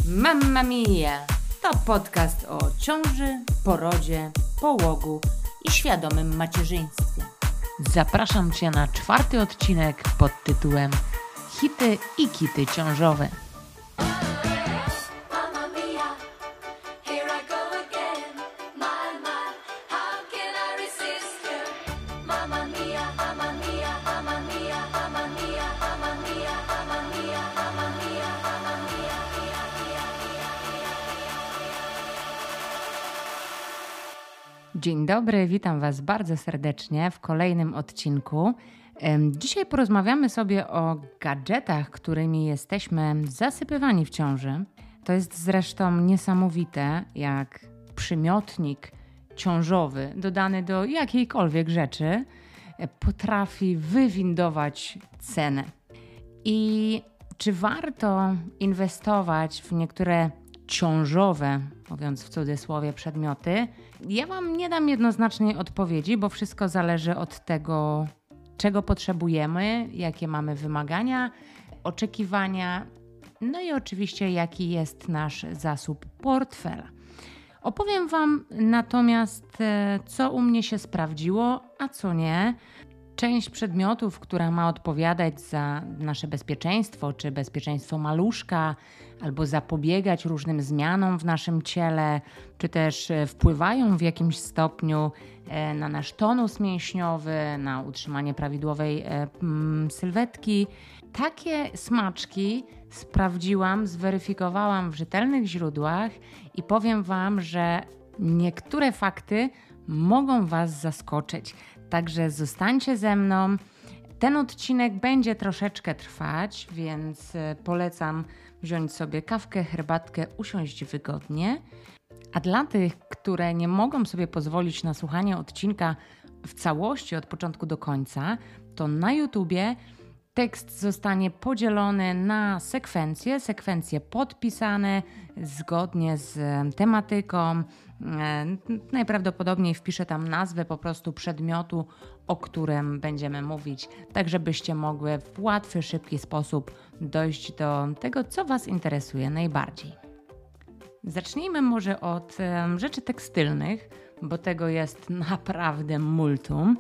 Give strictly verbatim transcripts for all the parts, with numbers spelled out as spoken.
Mamma Mia! To podcast o ciąży, porodzie, połogu i świadomym macierzyństwie. Zapraszam Cię na czwarty odcinek pod tytułem Hity i kity ciążowe. Dzień dobry, witam Was bardzo serdecznie w kolejnym odcinku. Dzisiaj porozmawiamy sobie o gadżetach, którymi jesteśmy zasypywani w ciąży. To jest zresztą niesamowite, jak przymiotnik ciążowy dodany do jakiejkolwiek rzeczy potrafi wywindować cenę. I czy warto inwestować w niektóre ciążowe, mówiąc w cudzysłowie, przedmioty? Ja Wam nie dam jednoznacznej odpowiedzi, bo wszystko zależy od tego, czego potrzebujemy, jakie mamy wymagania, oczekiwania, no i oczywiście jaki jest nasz zasób portfela. Opowiem Wam natomiast, co u mnie się sprawdziło, a co nie. Część przedmiotów, która ma odpowiadać za nasze bezpieczeństwo, czy bezpieczeństwo maluszka, albo zapobiegać różnym zmianom w naszym ciele, czy też wpływają w jakimś stopniu na nasz tonus mięśniowy, na utrzymanie prawidłowej sylwetki. Takie smaczki sprawdziłam, zweryfikowałam w rzetelnych źródłach i powiem Wam, że niektóre fakty mogą Was zaskoczyć. Także zostańcie ze mną. Ten odcinek będzie troszeczkę trwać, więc polecam wziąć sobie kawkę, herbatkę, usiąść wygodnie. A dla tych, które nie mogą sobie pozwolić na słuchanie odcinka w całości od początku do końca, to na YouTubie tekst zostanie podzielony na sekwencje, sekwencje podpisane zgodnie z tematyką. Najprawdopodobniej wpiszę tam nazwę po prostu przedmiotu, o którym będziemy mówić, tak żebyście mogły w łatwy, szybki sposób dojść do tego, co Was interesuje najbardziej. Zacznijmy może od um, rzeczy tekstylnych, bo tego jest naprawdę multum.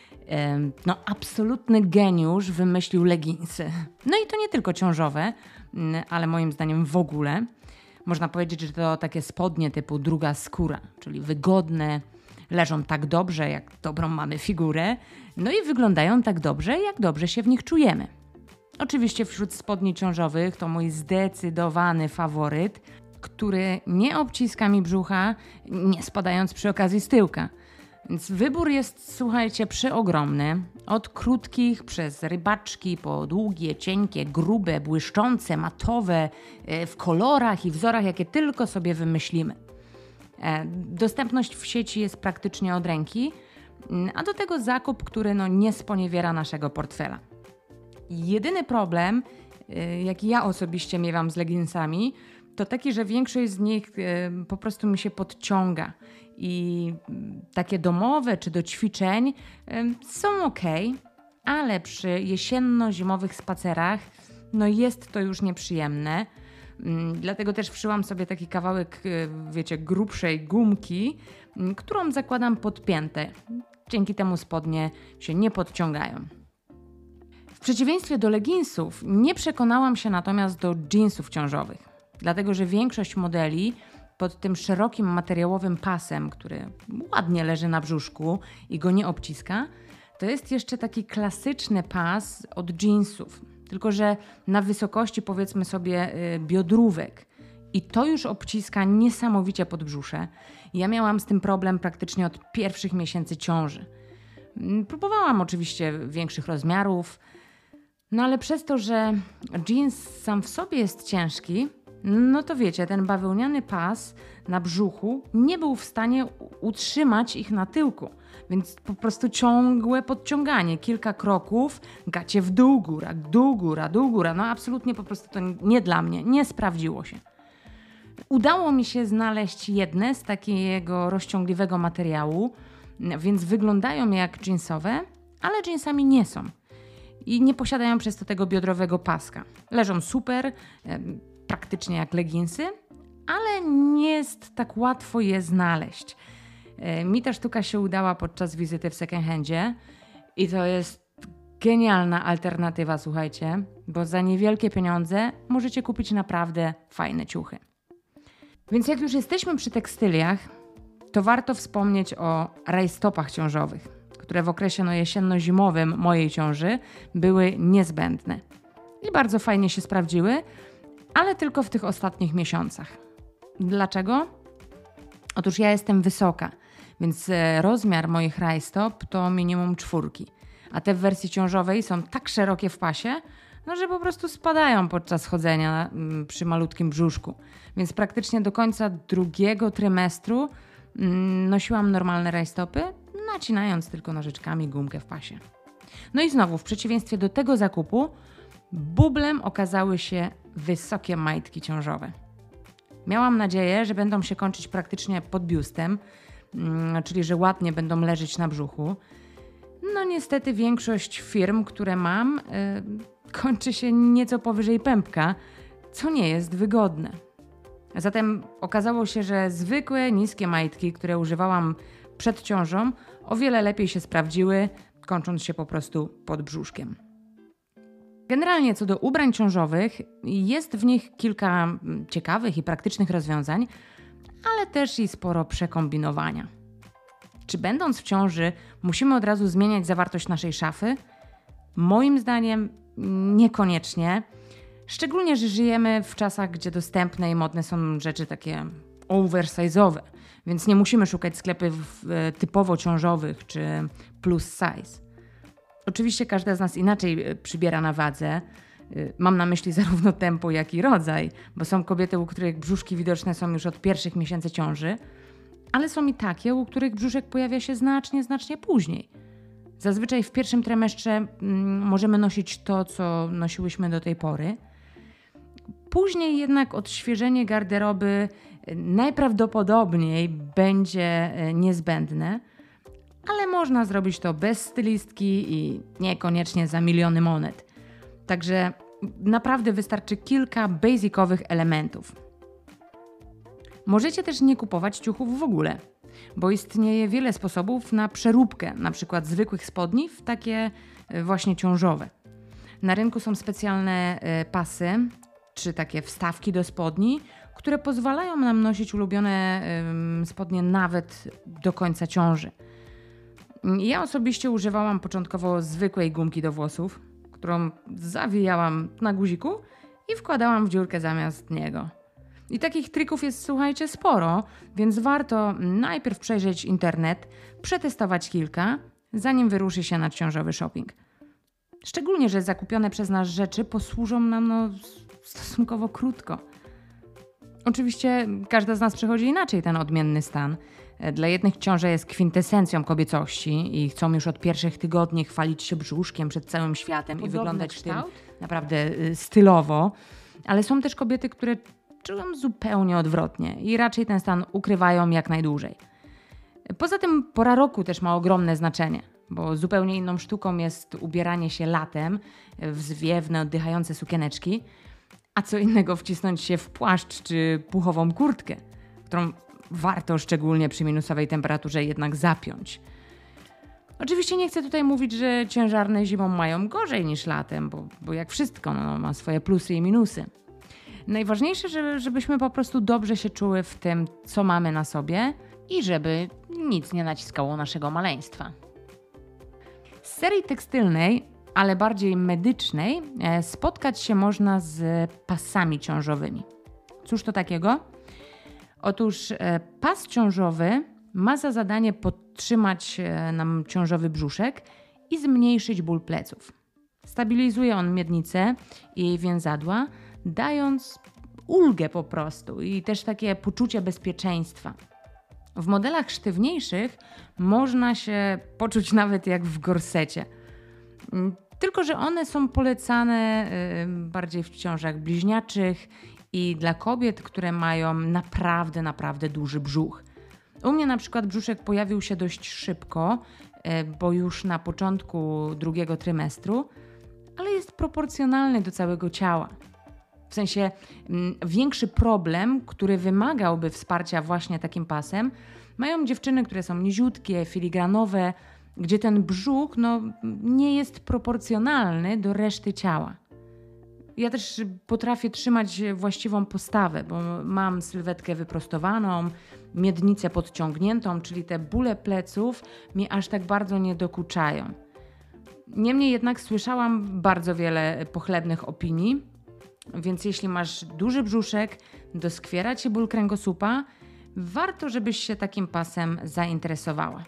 No, absolutny geniusz wymyślił leginsy. No i to nie tylko ciążowe, ale moim zdaniem w ogóle. Można powiedzieć, że to takie spodnie typu druga skóra, czyli wygodne, leżą tak dobrze, jak dobrą mamy figurę, no i wyglądają tak dobrze, jak dobrze się w nich czujemy. Oczywiście wśród spodni ciążowych to mój zdecydowany faworyt, który nie obciska mi brzucha, nie spadając przy okazji z tyłka. Więc wybór jest, słuchajcie, przeogromny. Od krótkich przez rybaczki po długie, cienkie, grube, błyszczące, matowe, w kolorach i wzorach, jakie tylko sobie wymyślimy. Dostępność w sieci jest praktycznie od ręki, a do tego zakup, który no, nie sponiewiera naszego portfela. Jedyny problem, jaki ja osobiście miewam z leginsami, to taki, że większość z nich po prostu mi się podciąga. I takie domowe czy do ćwiczeń są ok, ale przy jesienno-zimowych spacerach no jest to już nieprzyjemne. Dlatego też wszyłam sobie taki kawałek, wiecie, grubszej gumki, którą zakładam pod piętę. Dzięki temu spodnie się nie podciągają. W przeciwieństwie do leginsów nie przekonałam się natomiast do jeansów ciążowych. Dlatego, że większość modeli pod tym szerokim materiałowym pasem, który ładnie leży na brzuszku i go nie obciska, to jest jeszcze taki klasyczny pas od jeansów. Tylko że na wysokości powiedzmy sobie biodrówek. I to już obciska niesamowicie podbrzusze. Ja miałam z tym problem praktycznie od pierwszych miesięcy ciąży. Próbowałam oczywiście większych rozmiarów, no ale przez to, że jeans sam w sobie jest ciężki, no to wiecie, ten bawełniany pas na brzuchu nie był w stanie utrzymać ich na tyłku. Więc po prostu ciągłe podciąganie, kilka kroków, gacie w dół, góra, dół, góra, dół, góra. No absolutnie po prostu to nie dla mnie, nie sprawdziło się. Udało mi się znaleźć jedne z takiego rozciągliwego materiału, więc wyglądają jak jeansowe, ale jeansami nie są. I nie posiadają przez to tego biodrowego paska. Leżą super, praktycznie jak leginsy, ale nie jest tak łatwo je znaleźć. Mi ta sztuka się udała podczas wizyty w second handzie i to jest genialna alternatywa, słuchajcie, bo za niewielkie pieniądze możecie kupić naprawdę fajne ciuchy. Więc jak już jesteśmy przy tekstyliach, to warto wspomnieć o rajstopach ciążowych, które w okresie no, jesienno-zimowym mojej ciąży były niezbędne i bardzo fajnie się sprawdziły, ale tylko w tych ostatnich miesiącach. Dlaczego? Otóż ja jestem wysoka, więc rozmiar moich rajstop to minimum czwórki, a te w wersji ciążowej są tak szerokie w pasie, no, że po prostu spadają podczas chodzenia mm, przy malutkim brzuszku. Więc praktycznie do końca drugiego trymestru mm, nosiłam normalne rajstopy, nacinając tylko nożyczkami gumkę w pasie. No i znowu, w przeciwieństwie do tego zakupu, bublem okazały się wysokie majtki ciążowe. Miałam nadzieję, że będą się kończyć praktycznie pod biustem, mm, czyli że ładnie będą leżeć na brzuchu. No niestety większość firm, które mam, yy, kończy się nieco powyżej pępka, co nie jest wygodne. Zatem okazało się, że zwykłe, niskie majtki, które używałam przed ciążą, o wiele lepiej się sprawdziły, kończąc się po prostu pod brzuszkiem. Generalnie co do ubrań ciążowych, jest w nich kilka ciekawych i praktycznych rozwiązań, ale też i sporo przekombinowania. Czy będąc w ciąży musimy od razu zmieniać zawartość naszej szafy? Moim zdaniem niekoniecznie. Szczególnie, że żyjemy w czasach, gdzie dostępne i modne są rzeczy takie oversize'owe, więc nie musimy szukać sklepów typowo ciążowych czy plus size. Oczywiście każda z nas inaczej przybiera na wadze. Mam na myśli zarówno tempo, jak i rodzaj, bo są kobiety, u których brzuszki widoczne są już od pierwszych miesięcy ciąży, ale są i takie, u których brzuszek pojawia się znacznie, znacznie później. Zazwyczaj w pierwszym trymestrze mm, możemy nosić to, co nosiłyśmy do tej pory. Później jednak odświeżenie garderoby najprawdopodobniej będzie niezbędne, ale można zrobić to bez stylistki i niekoniecznie za miliony monet. Także naprawdę wystarczy kilka basicowych elementów. Możecie też nie kupować ciuchów w ogóle, bo istnieje wiele sposobów na przeróbkę, na przykład zwykłych spodni w takie właśnie ciążowe. Na rynku są specjalne pasy, czy takie wstawki do spodni, które pozwalają nam nosić ulubione spodnie nawet do końca ciąży. Ja osobiście używałam początkowo zwykłej gumki do włosów, którą zawijałam na guziku i wkładałam w dziurkę zamiast niego. I takich trików jest, słuchajcie, sporo, więc warto najpierw przejrzeć internet, przetestować kilka, zanim wyruszy się na ciążowy shopping. Szczególnie, że zakupione przez nas rzeczy posłużą nam no, stosunkowo krótko. Oczywiście każda z nas przechodzi inaczej ten odmienny stan. Dla jednych ciąża jest kwintesencją kobiecości i chcą już od pierwszych tygodni chwalić się brzuszkiem przed całym światem Podobny i wyglądać kształt? w tym naprawdę stylowo. Ale są też kobiety, które czują zupełnie odwrotnie i raczej ten stan ukrywają jak najdłużej. Poza tym pora roku też ma ogromne znaczenie, bo zupełnie inną sztuką jest ubieranie się latem w zwiewne, oddychające sukieneczki, a co innego wcisnąć się w płaszcz czy puchową kurtkę, którą warto szczególnie przy minusowej temperaturze jednak zapiąć. Oczywiście nie chcę tutaj mówić, że ciężarne zimą mają gorzej niż latem, bo, bo jak wszystko no, ma swoje plusy i minusy. Najważniejsze, żeby, żebyśmy po prostu dobrze się czuły w tym, co mamy na sobie i żeby nic nie naciskało naszego maleństwa. Z serii tekstylnej, ale bardziej medycznej, spotkać się można z pasami ciążowymi. Cóż to takiego? Otóż pas ciążowy ma za zadanie podtrzymać nam ciążowy brzuszek i zmniejszyć ból pleców. Stabilizuje on miednicę i jej więzadła, dając ulgę po prostu i też takie poczucie bezpieczeństwa. W modelach sztywniejszych można się poczuć nawet jak w gorsecie. Tylko że one są polecane bardziej w ciążach bliźniaczych i dla kobiet, które mają naprawdę, naprawdę duży brzuch. U mnie na przykład brzuszek pojawił się dość szybko, bo już na początku drugiego trymestru, ale jest proporcjonalny do całego ciała. W sensie m, większy problem, który wymagałby wsparcia właśnie takim pasem, mają dziewczyny, które są niziutkie, filigranowe, gdzie ten brzuch no, nie jest proporcjonalny do reszty ciała. Ja też potrafię trzymać właściwą postawę, bo mam sylwetkę wyprostowaną, miednicę podciągniętą, czyli te bóle pleców mi aż tak bardzo nie dokuczają. Niemniej jednak słyszałam bardzo wiele pochlebnych opinii, więc jeśli masz duży brzuszek, doskwiera Ci ból kręgosłupa, warto, żebyś się takim pasem zainteresowała.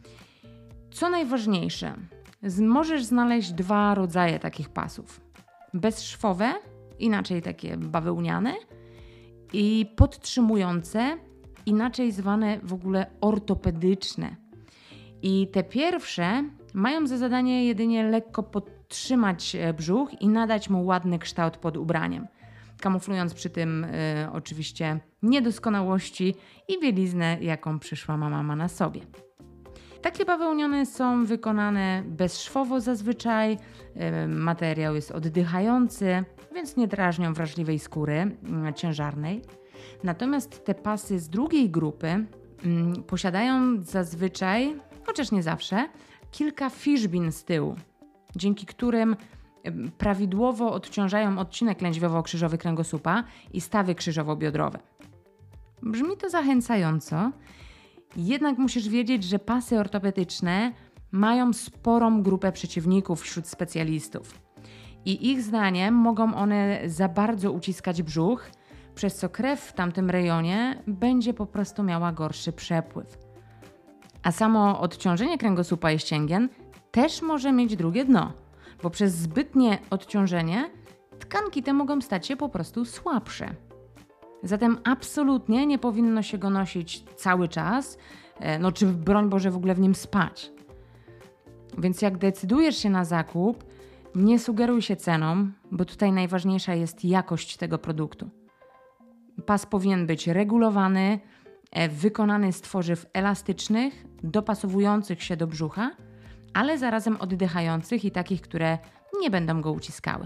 Co najważniejsze, możesz znaleźć dwa rodzaje takich pasów. Bezszwowe, inaczej takie bawełniane, i podtrzymujące, inaczej zwane w ogóle ortopedyczne. I te pierwsze mają za zadanie jedynie lekko podtrzymać brzuch i nadać mu ładny kształt pod ubraniem, kamuflując przy tym y, oczywiście niedoskonałości i bieliznę, jaką przyszła mama ma na sobie. Takie bawełniane są wykonane bezszwowo zazwyczaj, y, materiał jest oddychający, więc nie drażnią wrażliwej skóry y, ciężarnej. Natomiast te pasy z drugiej grupy y, posiadają zazwyczaj, chociaż nie zawsze, kilka fiszbin z tyłu, dzięki którym prawidłowo odciążają odcinek lędźwiowo-krzyżowy kręgosłupa i stawy krzyżowo-biodrowe. Brzmi to zachęcająco, jednak musisz wiedzieć, że pasy ortopedyczne mają sporą grupę przeciwników wśród specjalistów i ich zdaniem mogą one za bardzo uciskać brzuch, przez co krew w tamtym rejonie będzie po prostu miała gorszy przepływ. A samo odciążenie kręgosłupa i ścięgien też może mieć drugie dno, bo przez zbytnie odciążenie tkanki te mogą stać się po prostu słabsze. Zatem absolutnie nie powinno się go nosić cały czas, no czy broń Boże w ogóle w nim spać. Więc jak decydujesz się na zakup, nie sugeruj się ceną, bo tutaj najważniejsza jest jakość tego produktu. Pas powinien być regulowany, wykonany z tworzyw elastycznych, dopasowujących się do brzucha, ale zarazem oddychających i takich, które nie będą go uciskały.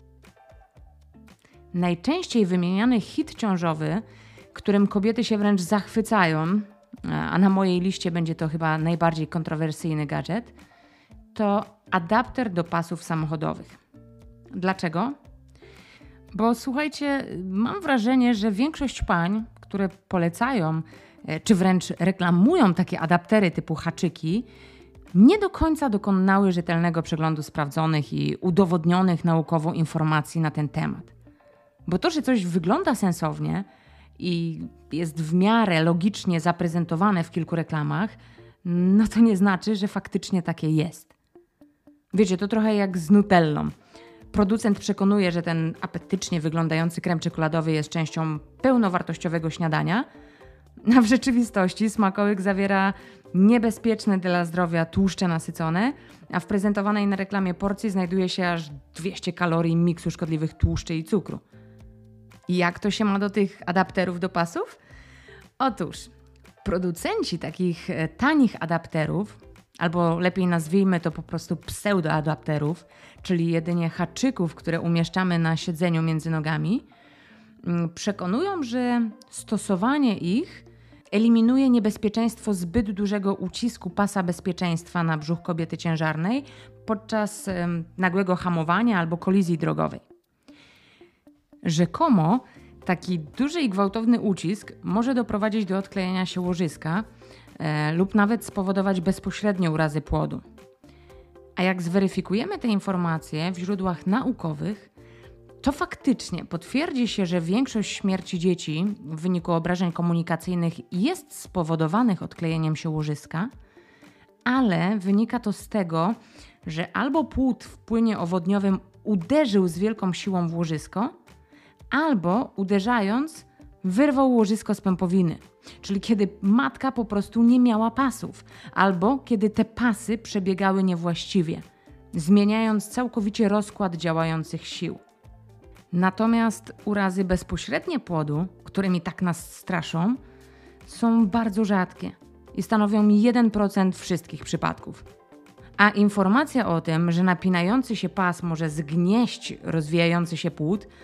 Najczęściej wymieniany hit ciążowy, którym kobiety się wręcz zachwycają, a na mojej liście będzie to chyba najbardziej kontrowersyjny gadżet, to adapter do pasów samochodowych. Dlaczego? Bo słuchajcie, mam wrażenie, że większość pań, które polecają, czy wręcz reklamują takie adaptery typu haczyki, nie do końca dokonały rzetelnego przeglądu sprawdzonych i udowodnionych naukowo informacji na ten temat. Bo to, że coś wygląda sensownie i jest w miarę logicznie zaprezentowane w kilku reklamach, no to nie znaczy, że faktycznie takie jest. Wiecie, to trochę jak z Nutellą. Producent przekonuje, że ten apetycznie wyglądający krem czekoladowy jest częścią pełnowartościowego śniadania, a w rzeczywistości smakołyk zawiera niebezpieczne dla zdrowia tłuszcze nasycone, a w prezentowanej na reklamie porcji znajduje się aż dwieście kalorii miksu szkodliwych tłuszczy i cukru. I jak to się ma do tych adapterów do pasów? Otóż producenci takich tanich adapterów, albo lepiej nazwijmy to po prostu pseudoadapterów, czyli jedynie haczyków, które umieszczamy na siedzeniu między nogami, przekonują, że stosowanie ich eliminuje niebezpieczeństwo zbyt dużego ucisku pasa bezpieczeństwa na brzuch kobiety ciężarnej podczas ym, nagłego hamowania albo kolizji drogowej. Rzekomo taki duży i gwałtowny ucisk może doprowadzić do odklejenia się łożyska e, lub nawet spowodować bezpośrednio urazy płodu. A jak zweryfikujemy te informacje w źródłach naukowych, to faktycznie potwierdzi się, że większość śmierci dzieci w wyniku obrażeń komunikacyjnych jest spowodowanych odklejeniem się łożyska, ale wynika to z tego, że albo płód w płynie owodniowym uderzył z wielką siłą w łożysko, albo uderzając wyrwał łożysko z pępowiny, czyli kiedy matka po prostu nie miała pasów, albo kiedy te pasy przebiegały niewłaściwie, zmieniając całkowicie rozkład działających sił. Natomiast urazy bezpośrednie płodu, którymi tak nas straszą, są bardzo rzadkie i stanowią jeden procent wszystkich przypadków. A informacja o tym, że napinający się pas może zgnieść rozwijający się płód,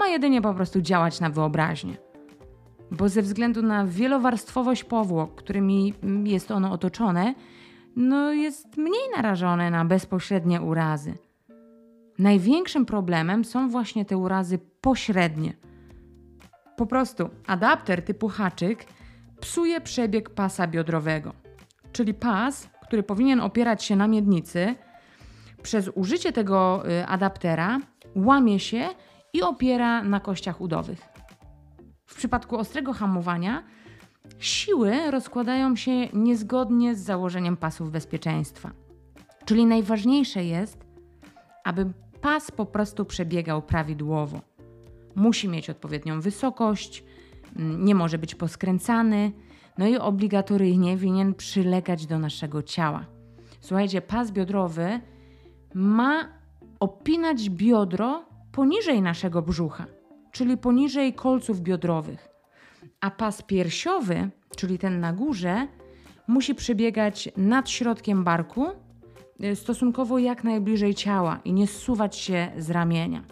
ma jedynie po prostu działać na wyobraźnię. Bo ze względu na wielowarstwowość powłok, którymi jest ono otoczone, no jest mniej narażone na bezpośrednie urazy. Największym problemem są właśnie te urazy pośrednie. Po prostu adapter typu haczyk psuje przebieg pasa biodrowego. Czyli pas, który powinien opierać się na miednicy, przez użycie tego adaptera łamie się i opiera na kościach udowych. W przypadku ostrego hamowania siły rozkładają się niezgodnie z założeniem pasów bezpieczeństwa. Czyli najważniejsze jest, aby pas po prostu przebiegał prawidłowo. Musi mieć odpowiednią wysokość, nie może być poskręcany, no i obligatoryjnie winien przylegać do naszego ciała. Słuchajcie, pas biodrowy ma opinać biodro poniżej naszego brzucha, czyli poniżej kolców biodrowych, a pas piersiowy, czyli ten na górze, musi przebiegać nad środkiem barku, stosunkowo jak najbliżej ciała i nie zsuwać się z ramienia.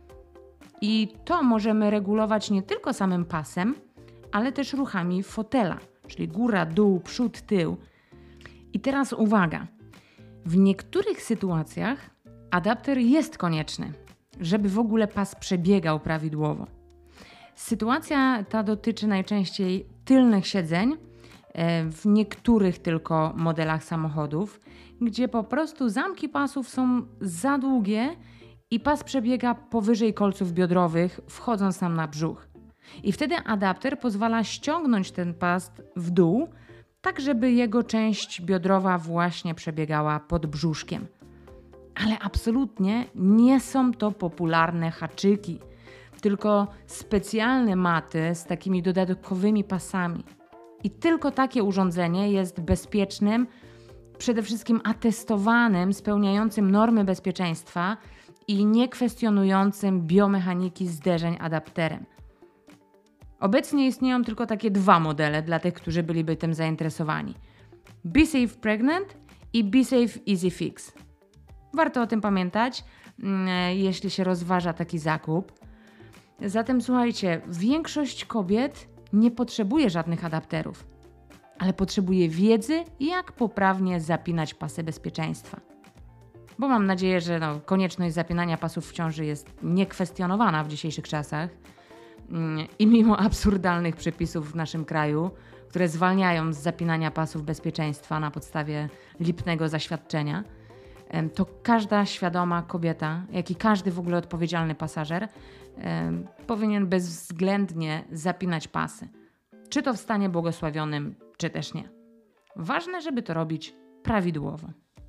I to możemy regulować nie tylko samym pasem, ale też ruchami fotela, czyli góra, dół, przód, tył. I teraz uwaga, w niektórych sytuacjach adapter jest konieczny, żeby w ogóle pas przebiegał prawidłowo. Sytuacja ta dotyczy najczęściej tylnych siedzeń, w niektórych tylko modelach samochodów, gdzie po prostu zamki pasów są za długie i pas przebiega powyżej kolców biodrowych, wchodząc nam na brzuch. I wtedy adapter pozwala ściągnąć ten pas w dół, tak żeby jego część biodrowa właśnie przebiegała pod brzuszkiem. Ale absolutnie nie są to popularne haczyki, tylko specjalne maty z takimi dodatkowymi pasami. I tylko takie urządzenie jest bezpiecznym, przede wszystkim atestowanym, spełniającym normy bezpieczeństwa i niekwestionującym biomechaniki zderzeń adapterem. Obecnie istnieją tylko takie dwa modele dla tych, którzy byliby tym zainteresowani. BeSafe Pregnant i BeSafe Easy Fix. Warto o tym pamiętać, jeśli się rozważa taki zakup. Zatem słuchajcie, większość kobiet nie potrzebuje żadnych adapterów, ale potrzebuje wiedzy, jak poprawnie zapinać pasy bezpieczeństwa. Bo mam nadzieję, że no, konieczność zapinania pasów w ciąży jest niekwestionowana w dzisiejszych czasach i mimo absurdalnych przepisów w naszym kraju, które zwalniają z zapinania pasów bezpieczeństwa na podstawie lipnego zaświadczenia, to każda świadoma kobieta, jak i każdy w ogóle odpowiedzialny pasażer powinien bezwzględnie zapinać pasy. Czy to w stanie błogosławionym, czy też nie. Ważne, żeby to robić prawidłowo.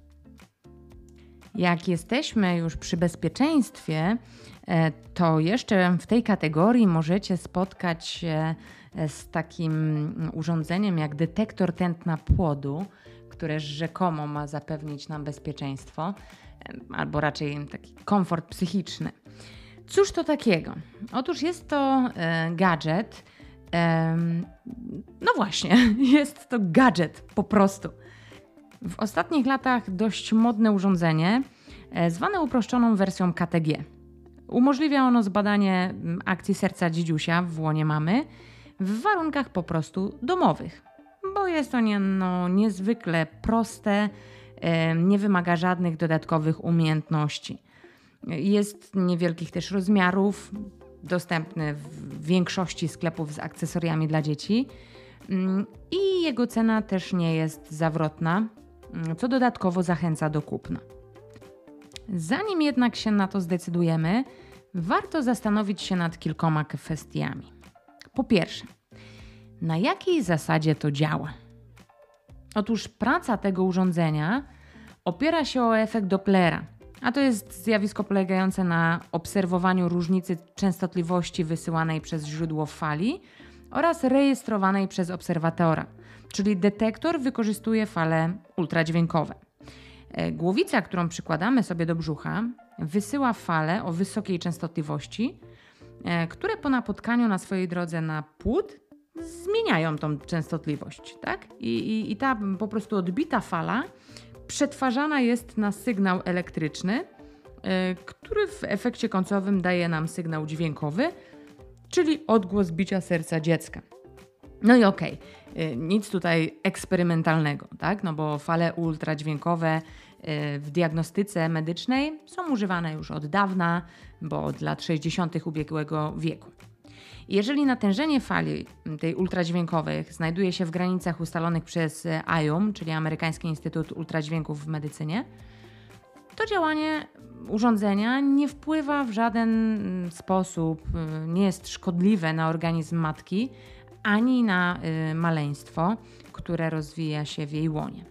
Jak jesteśmy już przy bezpieczeństwie, to jeszcze w tej kategorii możecie spotkać się z takim urządzeniem jak detektor tętna płodu, które rzekomo ma zapewnić nam bezpieczeństwo, albo raczej taki komfort psychiczny. Cóż to takiego? Otóż jest to e, gadżet, e, no właśnie, jest to gadżet po prostu. W ostatnich latach dość modne urządzenie, e, zwane uproszczoną wersją K T G. Umożliwia ono zbadanie akcji serca dzidziusia w łonie mamy w warunkach po prostu domowych, bo jest to nie, no, niezwykle proste, e, nie wymaga żadnych dodatkowych umiejętności. Jest niewielkich też rozmiarów, dostępny w większości sklepów z akcesoriami dla dzieci i jego cena też nie jest zawrotna, co dodatkowo zachęca do kupna. Zanim jednak się na to zdecydujemy, warto zastanowić się nad kilkoma kwestiami. Po pierwsze, na jakiej zasadzie to działa? Otóż praca tego urządzenia opiera się o efekt Dopplera, a to jest zjawisko polegające na obserwowaniu różnicy częstotliwości wysyłanej przez źródło fali oraz rejestrowanej przez obserwatora, czyli detektor wykorzystuje fale ultradźwiękowe. Głowica, którą przykładamy sobie do brzucha, wysyła fale o wysokiej częstotliwości, które po napotkaniu na swojej drodze na płód zmieniają tą częstotliwość, tak? I, i, i ta po prostu odbita fala przetwarzana jest na sygnał elektryczny który w efekcie końcowym daje nam sygnał dźwiękowy, czyli odgłos bicia serca dziecka. No i okej, okay, nic tutaj eksperymentalnego, tak? No bo fale ultradźwiękowe w diagnostyce medycznej są używane już od dawna, bo od lat sześćdziesiątych ubiegłego wieku. Jeżeli natężenie fali tej ultradźwiękowej znajduje się w granicach ustalonych przez I U M, czyli Amerykański Instytut Ultradźwięków w Medycynie, to działanie urządzenia nie wpływa w żaden sposób, nie jest szkodliwe na organizm matki, ani na y, maleństwo, które rozwija się w jej łonie.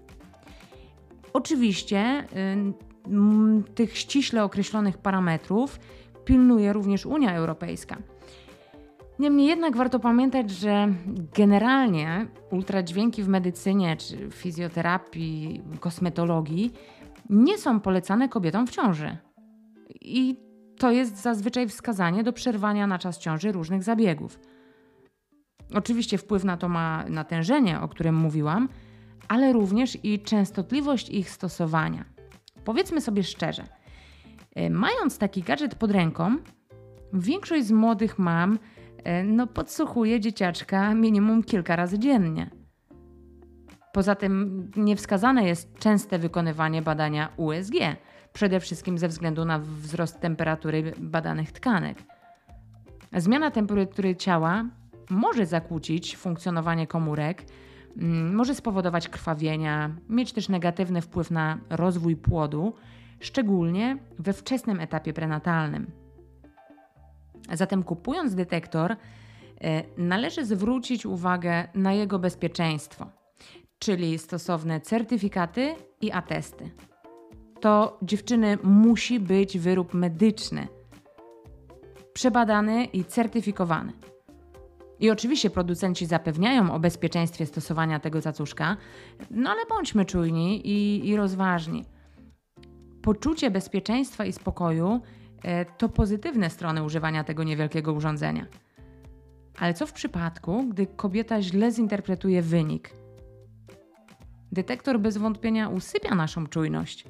Oczywiście y, m, tych ściśle określonych parametrów pilnuje również Unia Europejska. Niemniej jednak warto pamiętać, że generalnie ultradźwięki w medycynie, czy fizjoterapii, kosmetologii nie są polecane kobietom w ciąży. I to jest zazwyczaj wskazanie do przerwania na czas ciąży różnych zabiegów. Oczywiście wpływ na to ma natężenie, o którym mówiłam, ale również i częstotliwość ich stosowania. Powiedzmy sobie szczerze, mając taki gadżet pod ręką, większość z młodych mam no, podsłuchuje dzieciaczka minimum kilka razy dziennie. Poza tym niewskazane jest częste wykonywanie badania U S G, przede wszystkim ze względu na wzrost temperatury badanych tkanek. Zmiana temperatury ciała może zakłócić funkcjonowanie komórek, może spowodować krwawienia, mieć też negatywny wpływ na rozwój płodu, szczególnie we wczesnym etapie prenatalnym. Zatem kupując detektor, należy zwrócić uwagę na jego bezpieczeństwo, czyli stosowne certyfikaty i atesty. To, dziewczyny, musi być wyrób medyczny, przebadany i certyfikowany. I oczywiście producenci zapewniają o bezpieczeństwie stosowania tego cacuszka, no ale bądźmy czujni i, i rozważni. Poczucie bezpieczeństwa i spokoju e, to pozytywne strony używania tego niewielkiego urządzenia. Ale co w przypadku, gdy kobieta źle zinterpretuje wynik? Detektor bez wątpienia usypia naszą czujność.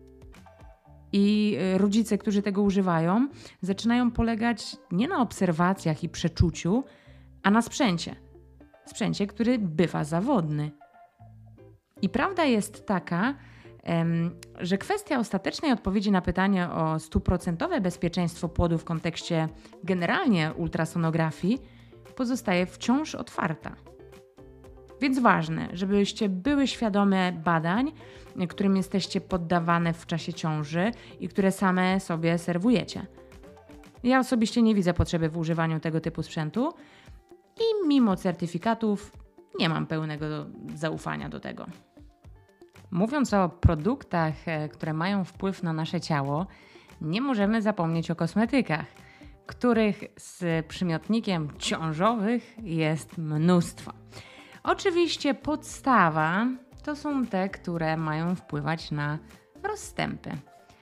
I rodzice, którzy tego używają, zaczynają polegać nie na obserwacjach i przeczuciu, a na sprzęcie. Sprzęcie, który bywa zawodny. I prawda jest taka, em, że kwestia ostatecznej odpowiedzi na pytanie o stuprocentowe bezpieczeństwo płodu w kontekście generalnie ultrasonografii pozostaje wciąż otwarta. Więc ważne, żebyście były świadome badań, którym jesteście poddawane w czasie ciąży i które same sobie serwujecie. Ja osobiście nie widzę potrzeby w używaniu tego typu sprzętu i mimo certyfikatów nie mam pełnego zaufania do tego. Mówiąc o produktach, które mają wpływ na nasze ciało, nie możemy zapomnieć o kosmetykach, których z przymiotnikiem ciążowych jest mnóstwo. Oczywiście podstawa to są te, które mają wpływać na rozstępy.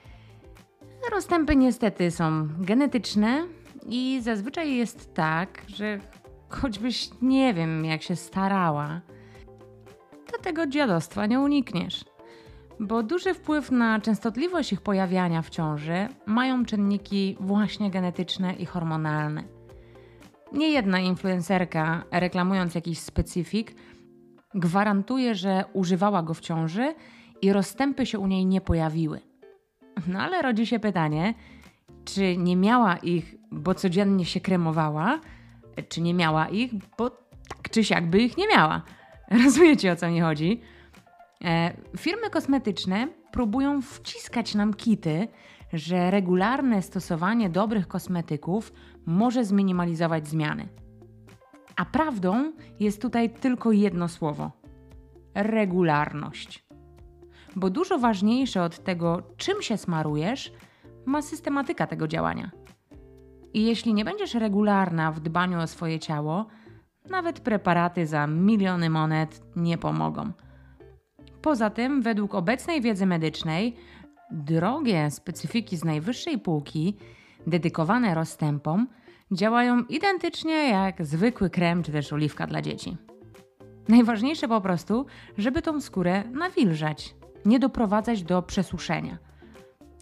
Rozstępy niestety są genetyczne i zazwyczaj jest tak, że choćbyś nie wiem jak się starała, to tego dziadostwa nie unikniesz. Bo duży wpływ na częstotliwość ich pojawiania w ciąży mają czynniki właśnie genetyczne i hormonalne. Niejedna influencerka, reklamując jakiś specyfik, gwarantuje, że używała go w ciąży i rozstępy się u niej nie pojawiły. No ale rodzi się pytanie, czy nie miała ich, bo codziennie się kremowała, czy nie miała ich, bo tak czy siak by ich nie miała. Rozumiecie, o co mi chodzi? E, firmy kosmetyczne próbują wciskać nam kity, że regularne stosowanie dobrych kosmetyków może zminimalizować zmiany. A prawdą jest tutaj tylko jedno słowo – regularność. Bo dużo ważniejsze od tego, czym się smarujesz, ma systematyka tego działania. I jeśli nie będziesz regularna w dbaniu o swoje ciało, nawet preparaty za miliony monet nie pomogą. Poza tym, według obecnej wiedzy medycznej, drogie specyfiki z najwyższej półki, dedykowane rozstępom, działają identycznie jak zwykły krem czy też oliwka dla dzieci. Najważniejsze po prostu, żeby tą skórę nawilżać, nie doprowadzać do przesuszenia.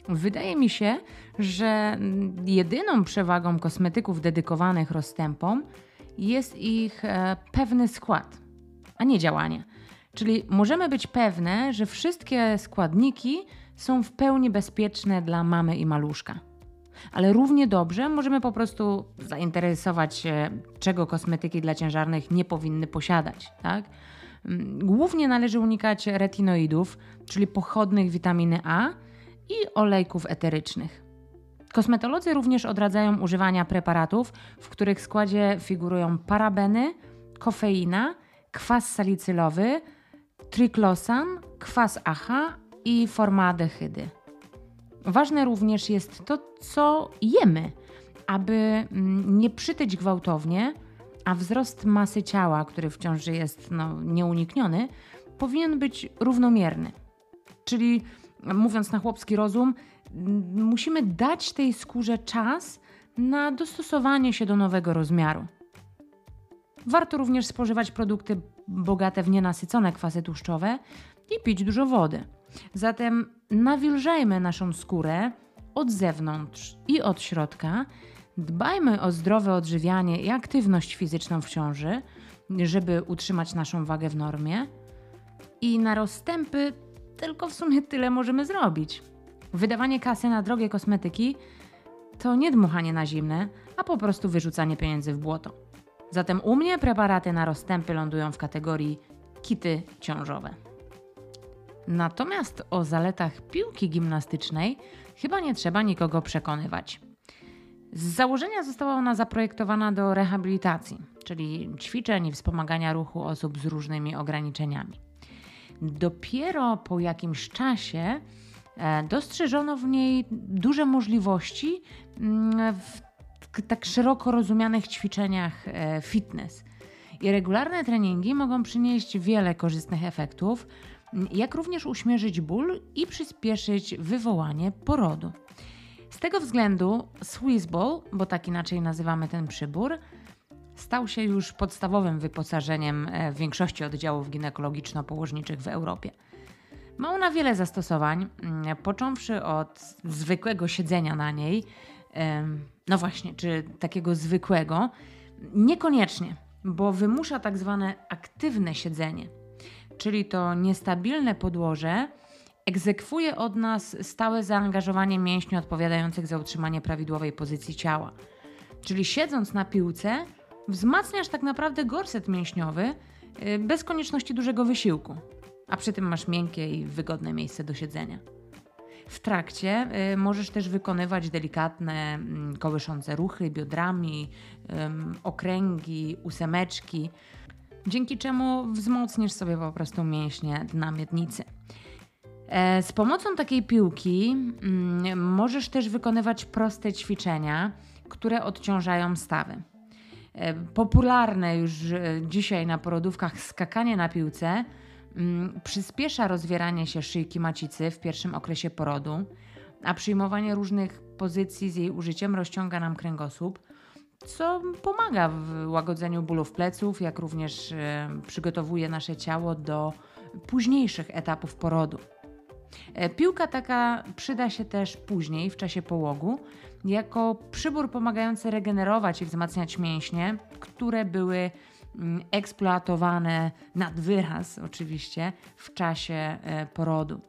Wydaje mi się, że jedyną przewagą kosmetyków dedykowanych rozstępom jest ich e, pewny skład, a nie działanie. Czyli możemy być pewne, że wszystkie składniki są w pełni bezpieczne dla mamy i maluszka. Ale równie dobrze możemy po prostu zainteresować się, czego kosmetyki dla ciężarnych nie powinny posiadać. Tak? Głównie należy unikać retinoidów, czyli pochodnych witaminy A i olejków eterycznych. Kosmetolodzy również odradzają używania preparatów, w których składzie figurują parabeny, kofeina, kwas salicylowy, triklosan, kwas A H i formaldehydy. Ważne również jest to, co jemy, aby nie przytyć gwałtownie, a wzrost masy ciała, który wciąż jest no, nieunikniony, powinien być równomierny. Czyli mówiąc na chłopski rozum, musimy dać tej skórze czas na dostosowanie się do nowego rozmiaru. Warto również spożywać produkty bogate w nienasycone kwasy tłuszczowe i pić dużo wody. Zatem nawilżajmy naszą skórę od zewnątrz i od środka. Dbajmy o zdrowe odżywianie i aktywność fizyczną w ciąży, żeby utrzymać naszą wagę w normie. I na rozstępy tylko w sumie tyle możemy zrobić. Wydawanie kasy na drogie kosmetyki to nie dmuchanie na zimne, a po prostu wyrzucanie pieniędzy w błoto. Zatem u mnie preparaty na rozstępy lądują w kategorii kity ciążowe. Natomiast o zaletach piłki gimnastycznej chyba nie trzeba nikogo przekonywać. Z założenia została ona zaprojektowana do rehabilitacji, czyli ćwiczeń i wspomagania ruchu osób z różnymi ograniczeniami. Dopiero po jakimś czasie dostrzeżono w niej duże możliwości w tak szeroko rozumianych ćwiczeniach fitness. I regularne treningi mogą przynieść wiele korzystnych efektów, jak również uśmierzyć ból i przyspieszyć wywołanie porodu. Z tego względu Swissball, bo tak inaczej nazywamy ten przybór, stał się już podstawowym wyposażeniem w większości oddziałów ginekologiczno-położniczych w Europie. Ma ona wiele zastosowań, począwszy od zwykłego siedzenia na niej, no właśnie, czy takiego zwykłego, niekoniecznie, bo wymusza tak zwane aktywne siedzenie, czyli to niestabilne podłoże egzekwuje od nas stałe zaangażowanie mięśni odpowiadających za utrzymanie prawidłowej pozycji ciała. Czyli siedząc na piłce wzmacniasz tak naprawdę gorset mięśniowy bez konieczności dużego wysiłku, a przy tym masz miękkie i wygodne miejsce do siedzenia. W trakcie y, możesz też wykonywać delikatne, y, kołyszące ruchy biodrami, y, okręgi, ósemeczki, dzięki czemu wzmocnisz sobie po prostu mięśnie dna miednicy. E, z pomocą takiej piłki y, możesz też wykonywać proste ćwiczenia, które odciążają stawy. E, popularne już y, dzisiaj na porodówkach skakanie na piłce przyspiesza rozwieranie się szyjki macicy w pierwszym okresie porodu, a przyjmowanie różnych pozycji z jej użyciem rozciąga nam kręgosłup, co pomaga w łagodzeniu bólów pleców, jak również e, przygotowuje nasze ciało do późniejszych etapów porodu. E, piłka taka przyda się też później, w czasie połogu, jako przybór pomagający regenerować i wzmacniać mięśnie, które były eksploatowane nad wyraz oczywiście w czasie porodu.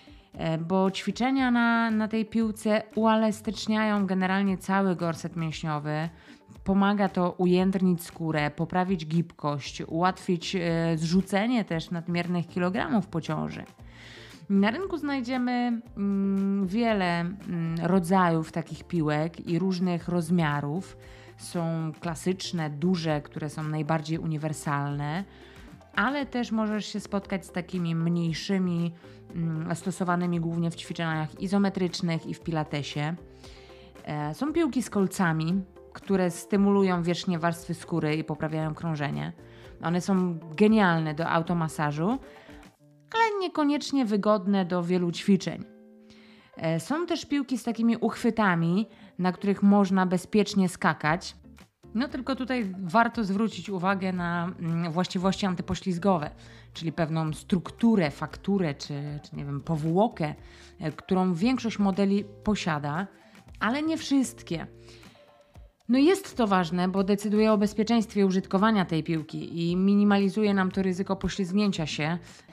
Bo ćwiczenia na, na tej piłce uelastyczniają generalnie cały gorset mięśniowy. Pomaga to ujędrnić skórę, poprawić gibkość, ułatwić zrzucenie też nadmiernych kilogramów po ciąży. Na rynku znajdziemy mm, wiele mm, rodzajów takich piłek i różnych rozmiarów. Są klasyczne, duże, które są najbardziej uniwersalne, ale też możesz się spotkać z takimi mniejszymi, mm, stosowanymi głównie w ćwiczeniach izometrycznych i w pilatesie. E, są piłki z kolcami, które stymulują wierzchnie warstwy skóry i poprawiają krążenie. One są genialne do automasażu, ale niekoniecznie wygodne do wielu ćwiczeń. E, są też piłki z takimi uchwytami, na których można bezpiecznie skakać. No tylko tutaj warto zwrócić uwagę na właściwości antypoślizgowe, czyli pewną strukturę, fakturę czy, czy nie wiem, powłokę, którą większość modeli posiada, ale nie wszystkie. No jest to ważne, bo decyduje o bezpieczeństwie użytkowania tej piłki i minimalizuje nam to ryzyko poślizgnięcia się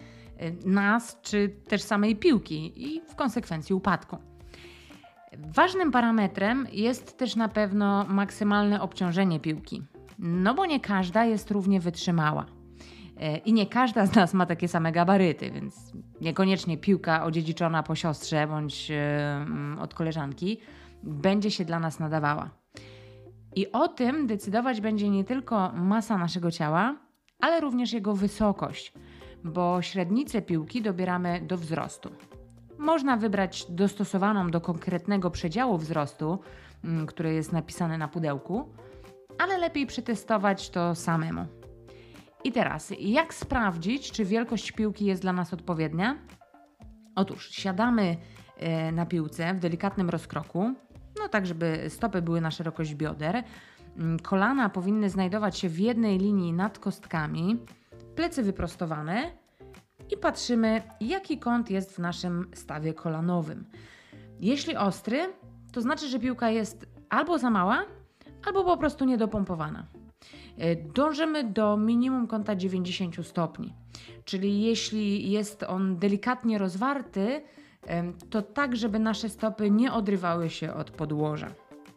nas czy też samej piłki i w konsekwencji upadku. Ważnym parametrem jest też na pewno maksymalne obciążenie piłki, no bo nie każda jest równie wytrzymała. I nie każda z nas ma takie same gabaryty, więc niekoniecznie piłka odziedziczona po siostrze bądź yy, od koleżanki będzie się dla nas nadawała. I o tym decydować będzie nie tylko masa naszego ciała, ale również jego wysokość, bo średnicę piłki dobieramy do wzrostu. Można wybrać dostosowaną do konkretnego przedziału wzrostu, yy, który jest napisany na pudełku, ale lepiej przetestować to samemu. I teraz, jak sprawdzić, czy wielkość piłki jest dla nas odpowiednia? Otóż siadamy e, na piłce w delikatnym rozkroku, no tak, żeby stopy były na szerokość bioder. Kolana powinny znajdować się w jednej linii nad kostkami, plecy wyprostowane i patrzymy, jaki kąt jest w naszym stawie kolanowym. Jeśli ostry, to znaczy, że piłka jest albo za mała, albo po prostu niedopompowana. Dążymy do minimum kąta dziewięćdziesiąt stopni, czyli jeśli jest on delikatnie rozwarty, to tak, żeby nasze stopy nie odrywały się od podłoża.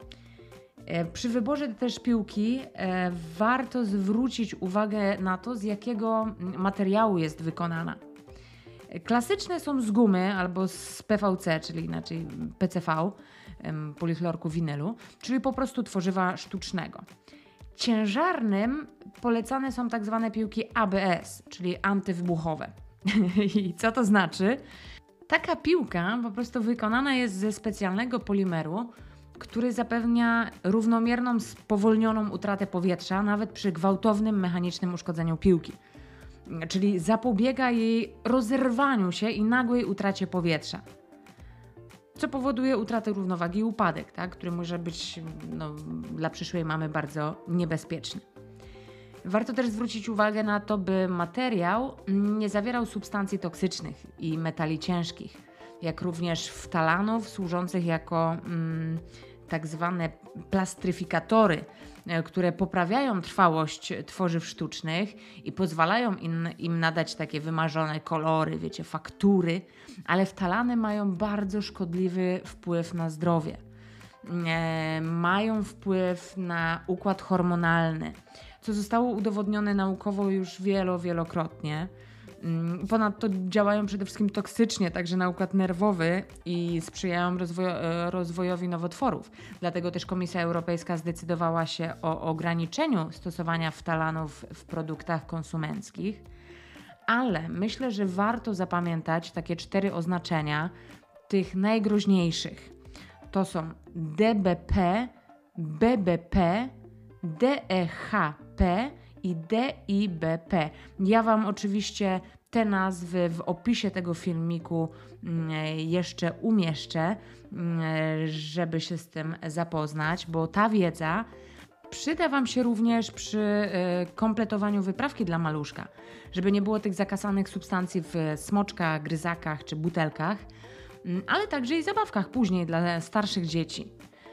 Przy wyborze też piłki warto zwrócić uwagę na to, z jakiego materiału jest wykonana. Klasyczne są z gumy albo z P V C, czyli inaczej P C V, polichlorku winylu, czyli po prostu tworzywa sztucznego. Ciężarnym polecane są tak zwane piłki A B S, czyli antywybuchowe. I co to znaczy? Taka piłka po prostu wykonana jest ze specjalnego polimeru, który zapewnia równomierną, spowolnioną utratę powietrza nawet przy gwałtownym mechanicznym uszkodzeniu piłki. Czyli zapobiega jej rozerwaniu się i nagłej utracie powietrza, co powoduje utratę równowagi i upadek, tak? Który może być no, dla przyszłej mamy bardzo niebezpieczny. Warto też zwrócić uwagę na to, by materiał nie zawierał substancji toksycznych i metali ciężkich, jak również ftalanów służących jako mm, tak zwane plastryfikatory, które poprawiają trwałość tworzyw sztucznych i pozwalają im, im nadać takie wymarzone kolory, wiecie, faktury, ale ftalany mają bardzo szkodliwy wpływ na zdrowie. E, mają wpływ na układ hormonalny, co zostało udowodnione naukowo już wielo, wielokrotnie. Ponadto działają przede wszystkim toksycznie także na układ nerwowy i sprzyjają rozwojo- rozwojowi nowotworów. Dlatego też Komisja Europejska zdecydowała się o ograniczeniu stosowania ftalanów w produktach konsumenckich. Ale myślę, że warto zapamiętać takie cztery oznaczenia tych najgroźniejszych. To są D B P, B B P, D E H P i D I B P. Ja Wam oczywiście te nazwy w opisie tego filmiku jeszcze umieszczę, żeby się z tym zapoznać, bo ta wiedza przyda Wam się również przy kompletowaniu wyprawki dla maluszka, żeby nie było tych zakasanych substancji w smoczkach, gryzakach czy butelkach, ale także i zabawkach później dla starszych dzieci.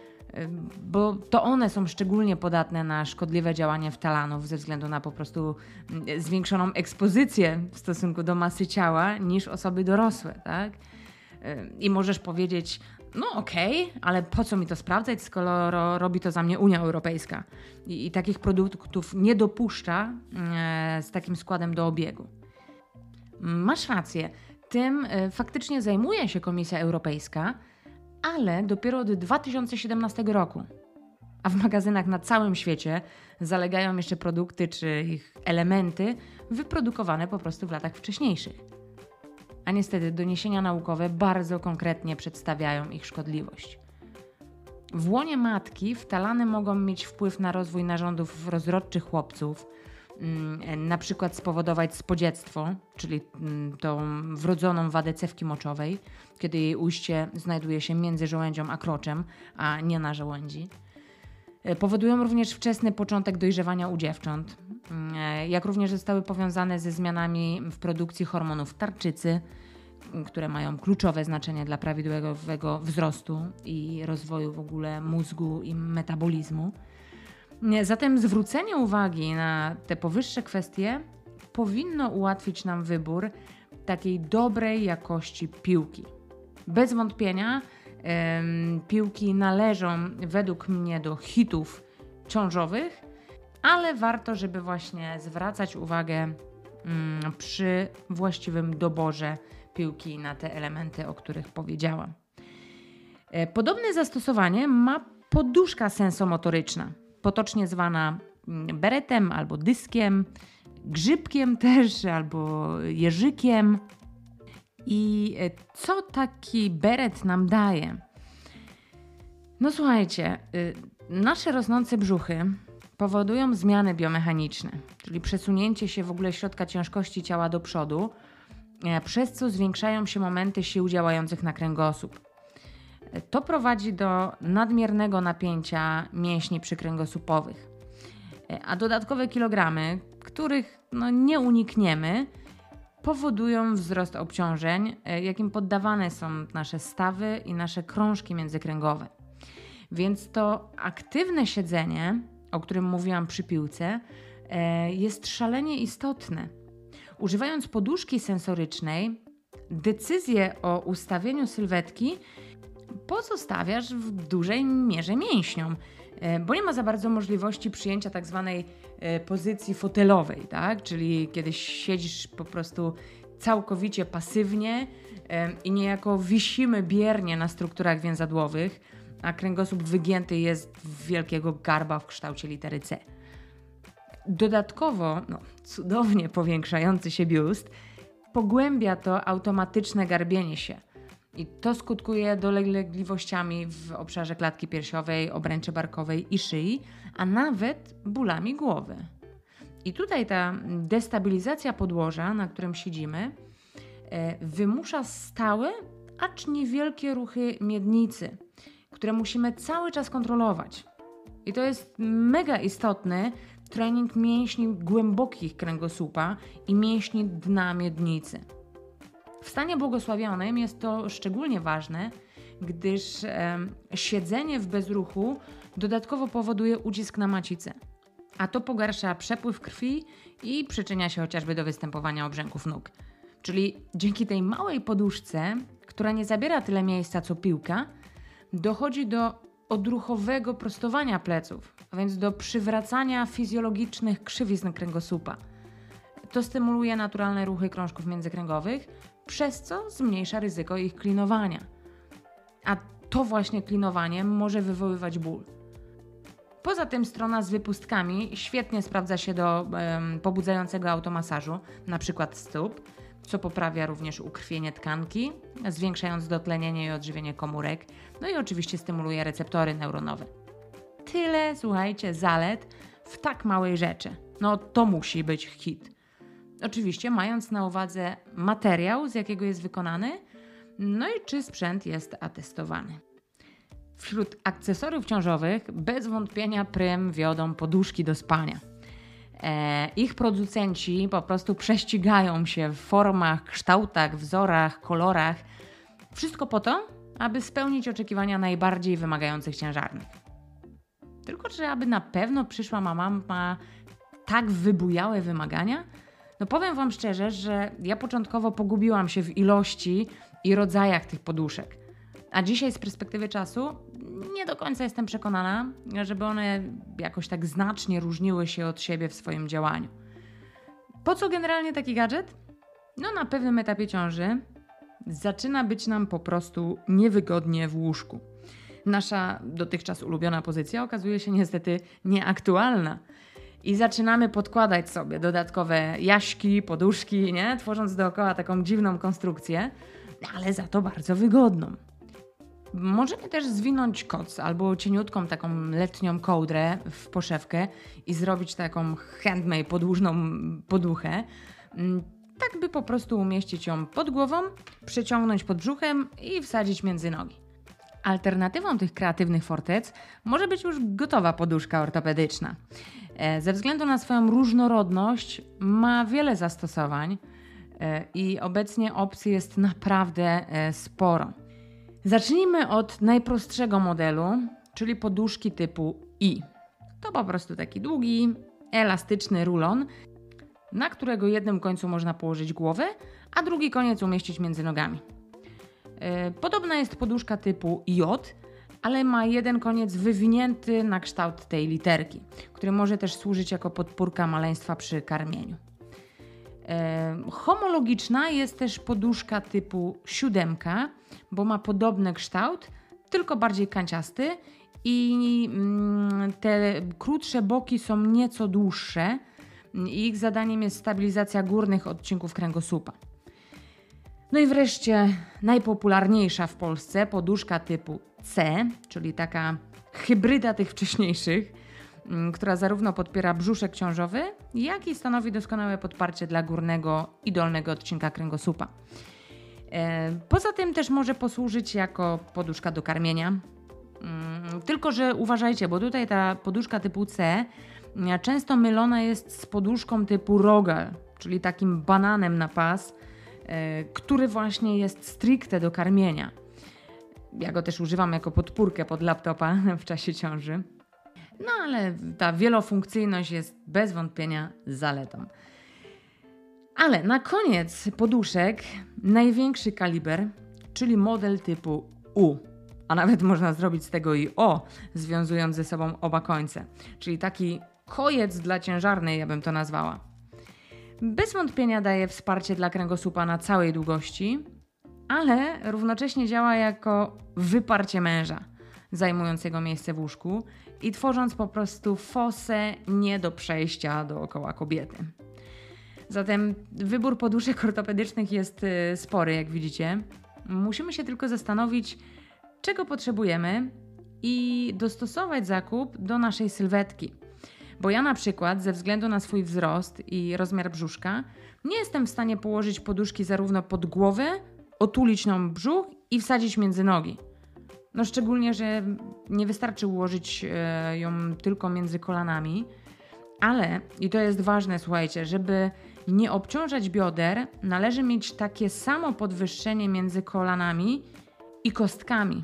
Bo to one są szczególnie podatne na szkodliwe działanie ftalanów ze względu na po prostu zwiększoną ekspozycję w stosunku do masy ciała niż osoby dorosłe, tak? I możesz powiedzieć, no okej, okay, ale po co mi to sprawdzać, skoro robi to za mnie Unia Europejska i, i takich produktów nie dopuszcza e, z takim składem do obiegu. Masz rację, tym e, faktycznie zajmuje się Komisja Europejska, ale dopiero od dwa tysiące siedemnastego roku. A w magazynach na całym świecie zalegają jeszcze produkty czy ich elementy wyprodukowane po prostu w latach wcześniejszych. A niestety doniesienia naukowe bardzo konkretnie przedstawiają ich szkodliwość. W łonie matki ftalany mogą mieć wpływ na rozwój narządów rozrodczych chłopców, na przykład spowodować spodziectwo, czyli tą wrodzoną wadę cewki moczowej, kiedy jej ujście znajduje się między żołędzią a kroczem, a nie na żołędzi. Powodują również wczesny początek dojrzewania u dziewcząt, jak również zostały powiązane ze zmianami w produkcji hormonów tarczycy, które mają kluczowe znaczenie dla prawidłowego wzrostu i rozwoju w ogóle mózgu i metabolizmu. Zatem zwrócenie uwagi na te powyższe kwestie powinno ułatwić nam wybór takiej dobrej jakości piłki. Bez wątpienia ym, piłki należą według mnie do hitów ciążowych, ale warto, żeby właśnie zwracać uwagę ym, przy właściwym doborze piłki na te elementy, o których powiedziałam. E, podobne zastosowanie ma poduszka sensomotoryczna, potocznie zwana beretem albo dyskiem, grzybkiem też albo jeżykiem. I co taki beret nam daje? No słuchajcie, nasze rosnące brzuchy powodują zmiany biomechaniczne, czyli przesunięcie się w ogóle środka ciężkości ciała do przodu, przez co zwiększają się momenty sił działających na kręgosłup. To prowadzi do nadmiernego napięcia mięśni przykręgosłupowych, a dodatkowe kilogramy, których no, nie unikniemy, powodują wzrost obciążeń, jakim poddawane są nasze stawy i nasze krążki międzykręgowe. Więc to aktywne siedzenie, o którym mówiłam przy piłce, jest szalenie istotne. Używając poduszki sensorycznej, decyzję o ustawieniu sylwetki pozostawiasz w dużej mierze mięśniom, bo nie ma za bardzo możliwości przyjęcia tak zwanej pozycji fotelowej, tak? Czyli kiedy siedzisz po prostu całkowicie pasywnie i niejako wisimy biernie na strukturach więzadłowych, a kręgosłup wygięty jest w wielkiego garba w kształcie litery C. Dodatkowo, no, cudownie powiększający się biust pogłębia to automatyczne garbienie się. I to skutkuje dolegliwościami w obszarze klatki piersiowej, obręczy barkowej i szyi, a nawet bólami głowy. I tutaj ta destabilizacja podłoża, na którym siedzimy, wymusza stałe, acz niewielkie ruchy miednicy, które musimy cały czas kontrolować. I to jest mega istotny trening mięśni głębokich kręgosłupa i mięśni dna miednicy. W stanie błogosławionym jest to szczególnie ważne, gdyż e, siedzenie w bezruchu dodatkowo powoduje ucisk na macicę, a to pogarsza przepływ krwi i przyczynia się chociażby do występowania obrzęków nóg. Czyli dzięki tej małej poduszce, która nie zabiera tyle miejsca co piłka, dochodzi do odruchowego prostowania pleców, a więc do przywracania fizjologicznych krzywizn kręgosłupa. To stymuluje naturalne ruchy krążków międzykręgowych, przez co zmniejsza ryzyko ich klinowania. A to właśnie klinowanie może wywoływać ból. Poza tym strona z wypustkami świetnie sprawdza się do um, pobudzającego automasażu, np. stóp, co poprawia również ukrwienie tkanki, zwiększając dotlenienie i odżywienie komórek, no i oczywiście stymuluje receptory neuronowe. Tyle, słuchajcie, zalet w tak małej rzeczy. No to musi być hit. Oczywiście mając na uwadze materiał, z jakiego jest wykonany, no i czy sprzęt jest atestowany. Wśród akcesoriów ciążowych bez wątpienia prym wiodą poduszki do spania. E, ich producenci po prostu prześcigają się w formach, kształtach, wzorach, kolorach. Wszystko po to, aby spełnić oczekiwania najbardziej wymagających ciężarnych. Tylko czy aby na pewno przyszła mama ma tak wybujałe wymagania? No powiem wam szczerze, że ja początkowo pogubiłam się w ilości i rodzajach tych poduszek. A dzisiaj z perspektywy czasu nie do końca jestem przekonana, żeby one jakoś tak znacznie różniły się od siebie w swoim działaniu. Po co generalnie taki gadżet? No na pewnym etapie ciąży zaczyna być nam po prostu niewygodnie w łóżku. Nasza dotychczas ulubiona pozycja okazuje się niestety nieaktualna. I zaczynamy podkładać sobie dodatkowe jaśki, poduszki, nie? Tworząc dookoła taką dziwną konstrukcję, ale za to bardzo wygodną. Możemy też zwinąć koc albo cieniutką taką letnią kołdrę w poszewkę i zrobić taką handmade podłużną poduchę, tak by po prostu umieścić ją pod głową, przeciągnąć pod brzuchem i wsadzić między nogi. Alternatywą tych kreatywnych fortec może być już gotowa poduszka ortopedyczna. Ze względu na swoją różnorodność ma wiele zastosowań i obecnie opcji jest naprawdę sporo. Zacznijmy od najprostszego modelu, czyli poduszki typu I. To po prostu taki długi, elastyczny rulon, na którego jednym końcu można położyć głowę, a drugi koniec umieścić między nogami. Podobna jest poduszka typu J, ale ma jeden koniec wywinięty na kształt tej literki, który może też służyć jako podpórka maleństwa przy karmieniu. Homologiczna jest też poduszka typu siódemka, bo ma podobny kształt, tylko bardziej kanciasty i te krótsze boki są nieco dłuższe i ich zadaniem jest stabilizacja górnych odcinków kręgosłupa. No i wreszcie najpopularniejsza w Polsce poduszka typu C, czyli taka hybryda tych wcześniejszych, która zarówno podpiera brzuszek ciążowy, jak i stanowi doskonałe podparcie dla górnego i dolnego odcinka kręgosłupa. Poza tym też może posłużyć jako poduszka do karmienia. Tylko że uważajcie, bo tutaj ta poduszka typu C często mylona jest z poduszką typu Rogal, czyli takim bananem na pas, który właśnie jest stricte do karmienia. Ja go też używam jako podpórkę pod laptopa w czasie ciąży. No ale ta wielofunkcyjność jest bez wątpienia zaletą. Ale na koniec poduszek największy kaliber, czyli model typu U. A nawet można zrobić z tego i O, związując ze sobą oba końce. Czyli taki kojec dla ciężarnej, ja bym to nazwała. Bez wątpienia daje wsparcie dla kręgosłupa na całej długości, ale równocześnie działa jako wyparcie męża, zajmując jego miejsce w łóżku i tworząc po prostu fosę nie do przejścia dookoła kobiety. Zatem wybór poduszek ortopedycznych jest spory, jak widzicie. Musimy się tylko zastanowić, czego potrzebujemy i dostosować zakup do naszej sylwetki. Bo ja na przykład ze względu na swój wzrost i rozmiar brzuszka nie jestem w stanie położyć poduszki zarówno pod głowę, otulić nią brzuch i wsadzić między nogi. No szczególnie, że nie wystarczy ułożyć e, ją tylko między kolanami, ale, i to jest ważne, słuchajcie, żeby nie obciążać bioder, należy mieć takie samo podwyższenie między kolanami i kostkami.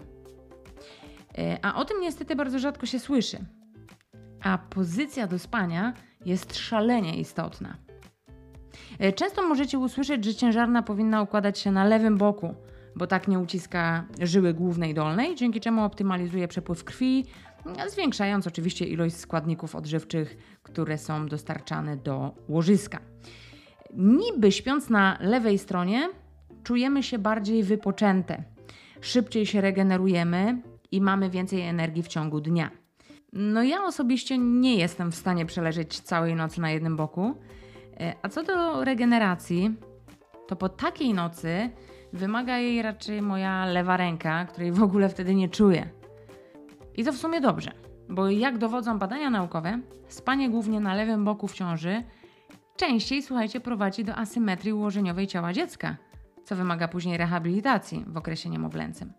E, a o tym niestety bardzo rzadko się słyszy. A pozycja do spania jest szalenie istotna. Często możecie usłyszeć, że ciężarna powinna układać się na lewym boku, bo tak nie uciska żyły głównej i dolnej, dzięki czemu optymalizuje przepływ krwi, zwiększając oczywiście ilość składników odżywczych, które są dostarczane do łożyska. Niby śpiąc na lewej stronie czujemy się bardziej wypoczęte, szybciej się regenerujemy i mamy więcej energii w ciągu dnia. No ja osobiście nie jestem w stanie przeleżeć całej nocy na jednym boku, a co do regeneracji, to po takiej nocy wymaga jej raczej moja lewa ręka, której w ogóle wtedy nie czuję. I to w sumie dobrze, bo jak dowodzą badania naukowe, spanie głównie na lewym boku w ciąży częściej, słuchajcie, prowadzi do asymetrii ułożeniowej ciała dziecka, co wymaga później rehabilitacji w okresie niemowlęcym.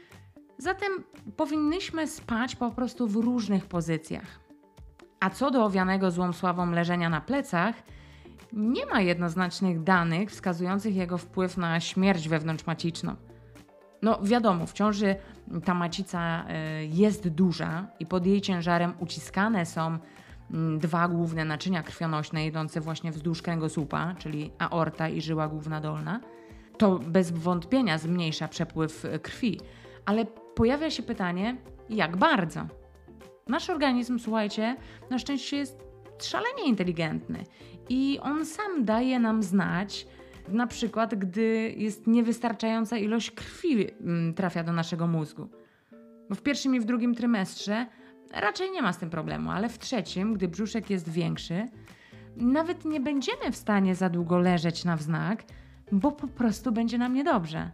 Zatem powinnyśmy spać po prostu w różnych pozycjach. A co do owianego złą sławą leżenia na plecach, nie ma jednoznacznych danych wskazujących jego wpływ na śmierć wewnątrzmaciczną. No wiadomo, w ciąży ta macica jest duża i pod jej ciężarem uciskane są dwa główne naczynia krwionośne idące właśnie wzdłuż kręgosłupa, czyli aorta i żyła główna dolna. To bez wątpienia zmniejsza przepływ krwi, ale pojawia się pytanie, jak bardzo? Nasz organizm, słuchajcie, na szczęście jest szalenie inteligentny i on sam daje nam znać, na przykład gdy jest niewystarczająca ilość krwi trafia do naszego mózgu. Bo w pierwszym i w drugim trymestrze raczej nie ma z tym problemu, ale w trzecim, gdy brzuszek jest większy, nawet nie będziemy w stanie za długo leżeć na wznak, bo po prostu będzie nam niedobrze.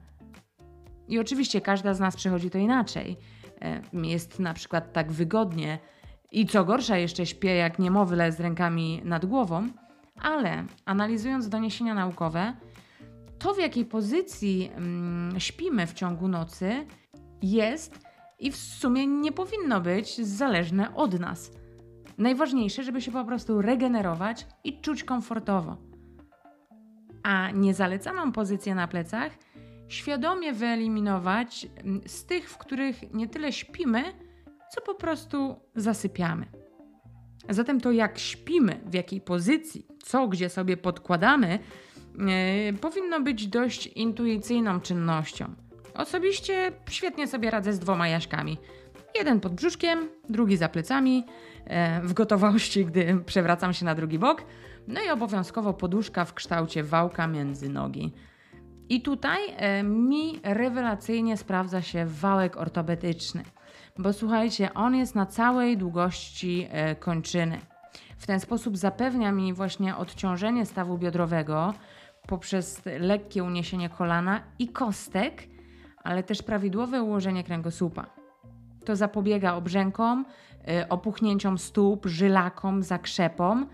I oczywiście każda z nas przechodzi to inaczej. Jest na przykład tak wygodnie i co gorsza jeszcze śpię jak niemowlę z rękami nad głową, ale analizując doniesienia naukowe, to w jakiej pozycji mm, śpimy w ciągu nocy jest i w sumie nie powinno być zależne od nas. Najważniejsze, żeby się po prostu regenerować i czuć komfortowo. A niezalecaną pozycję na plecach świadomie wyeliminować z tych, w których nie tyle śpimy, co po prostu zasypiamy. Zatem to, jak śpimy, w jakiej pozycji, co gdzie sobie podkładamy, yy, powinno być dość intuicyjną czynnością. Osobiście świetnie sobie radzę z dwoma jaśkami. Jeden pod brzuszkiem, drugi za plecami, yy, w gotowości, gdy przewracam się na drugi bok. No i obowiązkowo poduszka w kształcie wałka między nogi. I tutaj yy, mi rewelacyjnie sprawdza się wałek ortopedyczny. Bo słuchajcie, on jest na całej długości e, kończyny. W ten sposób zapewnia mi właśnie odciążenie stawu biodrowego poprzez lekkie uniesienie kolana i kostek, ale też prawidłowe ułożenie kręgosłupa. To zapobiega obrzękom, e, opuchnięciom stóp, żylakom, zakrzepom,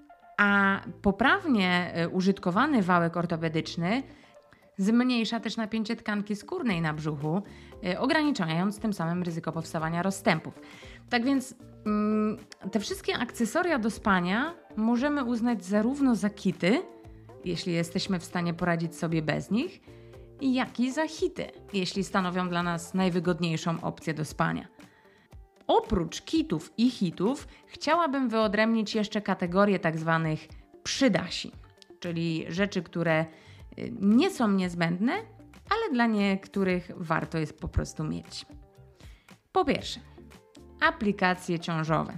a poprawnie e, użytkowany wałek ortopedyczny zmniejsza też napięcie tkanki skórnej na brzuchu, yy, ograniczając tym samym ryzyko powstawania rozstępów. Tak więc yy, te wszystkie akcesoria do spania możemy uznać zarówno za kity, jeśli jesteśmy w stanie poradzić sobie bez nich, jak i za hity, jeśli stanowią dla nas najwygodniejszą opcję do spania. Oprócz kitów i hitów chciałabym wyodrębnić jeszcze kategorię tak zwanych przydasi, czyli rzeczy, które nie są niezbędne, ale dla niektórych warto jest po prostu mieć. Po pierwsze, aplikacje ciążowe.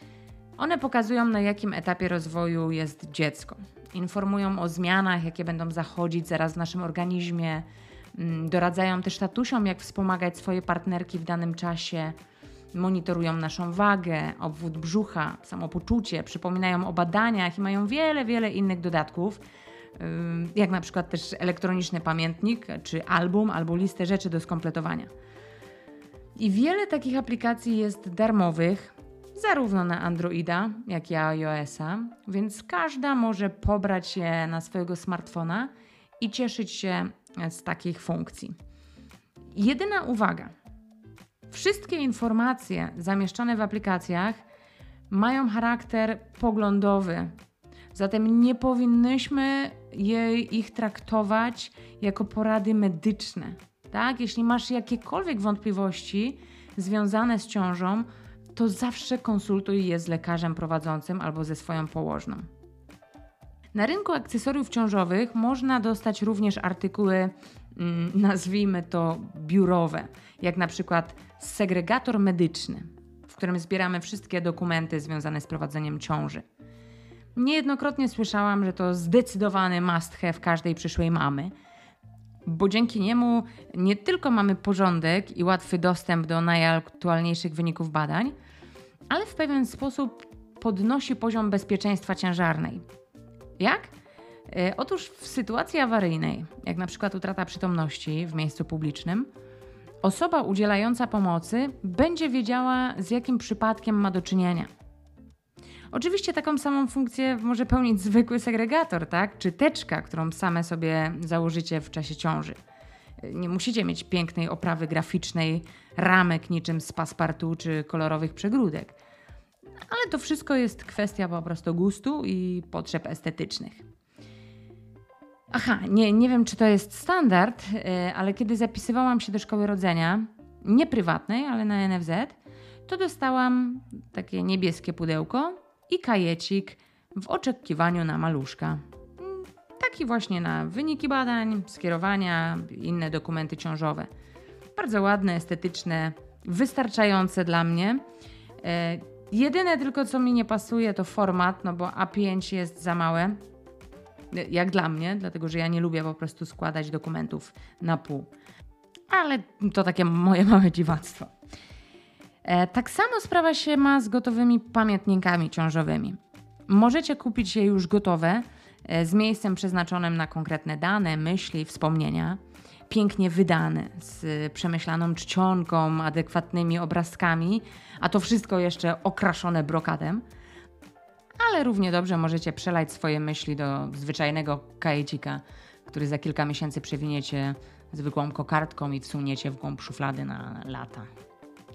One pokazują, na jakim etapie rozwoju jest dziecko. Informują o zmianach, jakie będą zachodzić zaraz w naszym organizmie. Doradzają też tatusiom, jak wspomagać swoje partnerki w danym czasie. Monitorują naszą wagę, obwód brzucha, samopoczucie, przypominają o badaniach i mają wiele, wiele innych dodatków, jak na przykład też elektroniczny pamiętnik, czy album, albo listę rzeczy do skompletowania. I wiele takich aplikacji jest darmowych, zarówno na Androida, jak i iOS-a, więc każda może pobrać je na swojego smartfona i cieszyć się z takich funkcji. Jedyna uwaga. Wszystkie informacje zamieszczone w aplikacjach mają charakter poglądowy, zatem nie powinnyśmy je, ich traktować jako porady medyczne. Tak? Jeśli masz jakiekolwiek wątpliwości związane z ciążą, to zawsze konsultuj je z lekarzem prowadzącym albo ze swoją położną. Na rynku akcesoriów ciążowych można dostać również artykuły, nazwijmy to biurowe, jak na przykład segregator medyczny, w którym zbieramy wszystkie dokumenty związane z prowadzeniem ciąży. Niejednokrotnie słyszałam, że to zdecydowany must have każdej przyszłej mamy, bo dzięki niemu nie tylko mamy porządek i łatwy dostęp do najaktualniejszych wyników badań, ale w pewien sposób podnosi poziom bezpieczeństwa ciężarnej. Jak? E, otóż w sytuacji awaryjnej, jak na przykład utrata przytomności w miejscu publicznym, osoba udzielająca pomocy będzie wiedziała, z jakim przypadkiem ma do czynienia. Oczywiście taką samą funkcję może pełnić zwykły segregator, tak? Czy teczka, którą same sobie założycie w czasie ciąży. Nie musicie mieć pięknej oprawy graficznej, ramek niczym z passepartout czy kolorowych przegródek. Ale to wszystko jest kwestia po prostu gustu i potrzeb estetycznych. Aha, nie, nie wiem, czy to jest standard, ale kiedy zapisywałam się do szkoły rodzenia, nie prywatnej, ale na N F Z, to dostałam takie niebieskie pudełko i kajecik w oczekiwaniu na maluszka. Taki właśnie na wyniki badań, skierowania, inne dokumenty ciążowe. Bardzo ładne, estetyczne, wystarczające dla mnie. E, jedyne tylko, co mi nie pasuje, to format, no bo A pięć jest za małe, jak dla mnie, dlatego że ja nie lubię po prostu składać dokumentów na pół. Ale to takie moje małe dziwactwo. E, tak samo sprawa się ma z gotowymi pamiętnikami ciążowymi. Możecie kupić je już gotowe, e, z miejscem przeznaczonym na konkretne dane, myśli, wspomnienia, pięknie wydane, z przemyślaną czcionką, adekwatnymi obrazkami, a to wszystko jeszcze okraszone brokadem. Ale równie dobrze możecie przelać swoje myśli do zwyczajnego kajecika, który za kilka miesięcy przewiniecie zwykłą kokardką i wsuniecie w głąb szuflady na lata.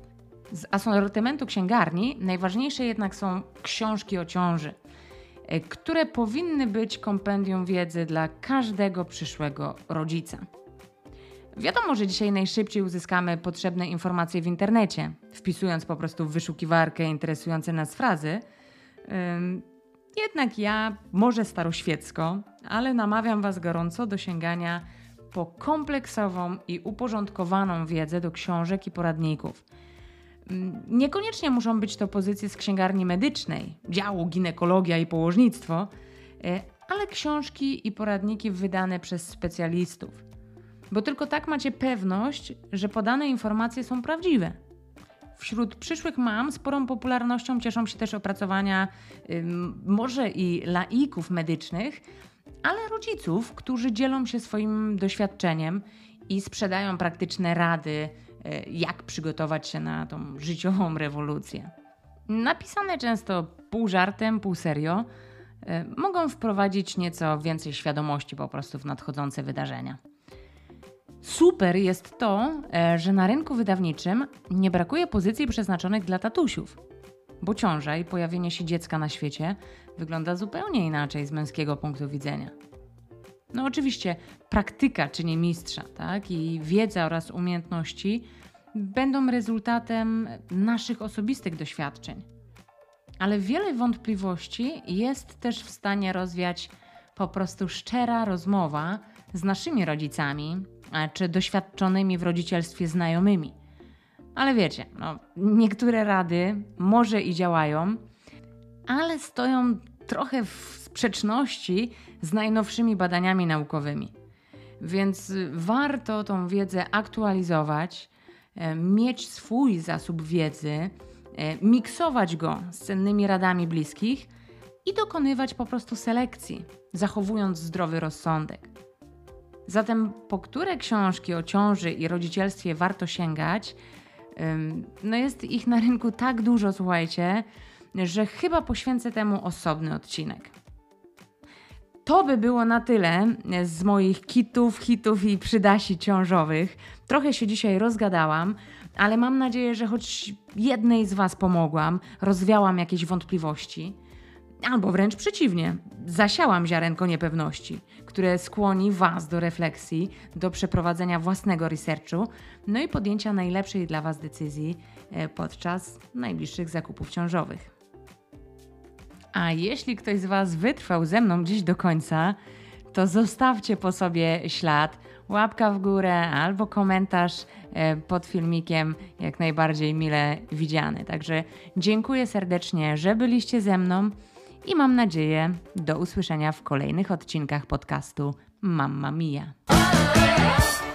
Z asortymentu księgarni najważniejsze jednak są książki o ciąży, które powinny być kompendium wiedzy dla każdego przyszłego rodzica. Wiadomo, że dzisiaj najszybciej uzyskamy potrzebne informacje w internecie, wpisując po prostu w wyszukiwarkę interesujące nas frazy. Jednak ja, może staroświecko, ale namawiam Was gorąco do sięgania po kompleksową i uporządkowaną wiedzę do książek i poradników. Niekoniecznie muszą być to pozycje z księgarni medycznej, działu ginekologia i położnictwo, ale książki i poradniki wydane przez specjalistów. Bo tylko tak macie pewność, że podane informacje są prawdziwe. Wśród przyszłych mam sporą popularnością cieszą się też opracowania yy, może i laików medycznych, ale rodziców, którzy dzielą się swoim doświadczeniem i sprzedają praktyczne rady, yy, jak przygotować się na tą życiową rewolucję. Napisane często pół żartem, pół serio, yy, mogą wprowadzić nieco więcej świadomości po prostu w nadchodzące wydarzenia. Super jest to, że na rynku wydawniczym nie brakuje pozycji przeznaczonych dla tatusiów, bo ciąża i pojawienie się dziecka na świecie wygląda zupełnie inaczej z męskiego punktu widzenia. No oczywiście praktyka czyni mistrza, tak? I wiedza oraz umiejętności będą rezultatem naszych osobistych doświadczeń. Ale wiele wątpliwości jest też w stanie rozwiać po prostu szczera rozmowa z naszymi rodzicami, czy doświadczonymi w rodzicielstwie znajomymi. Ale wiecie, no, niektóre rady może i działają, ale stoją trochę w sprzeczności z najnowszymi badaniami naukowymi. Więc warto tą wiedzę aktualizować, mieć swój zasób wiedzy, miksować go z cennymi radami bliskich i dokonywać po prostu selekcji, zachowując zdrowy rozsądek. Zatem po które książki o ciąży i rodzicielstwie warto sięgać? No jest ich na rynku tak dużo, słuchajcie, że chyba poświęcę temu osobny odcinek. To by było na tyle z moich kitów, hitów i przydasi ciążowych. Trochę się dzisiaj rozgadałam, ale mam nadzieję, że choć jednej z Was pomogłam, rozwiałam jakieś wątpliwości. Albo wręcz przeciwnie, zasiałam ziarenko niepewności, które skłoni Was do refleksji, do przeprowadzenia własnego researchu, no i podjęcia najlepszej dla Was decyzji podczas najbliższych zakupów ciążowych. A jeśli ktoś z Was wytrwał ze mną gdzieś do końca, to zostawcie po sobie ślad, łapka w górę albo komentarz pod filmikiem, jak najbardziej mile widziany. Także dziękuję serdecznie, że byliście ze mną. I mam nadzieję do usłyszenia w kolejnych odcinkach podcastu Mamma Mia.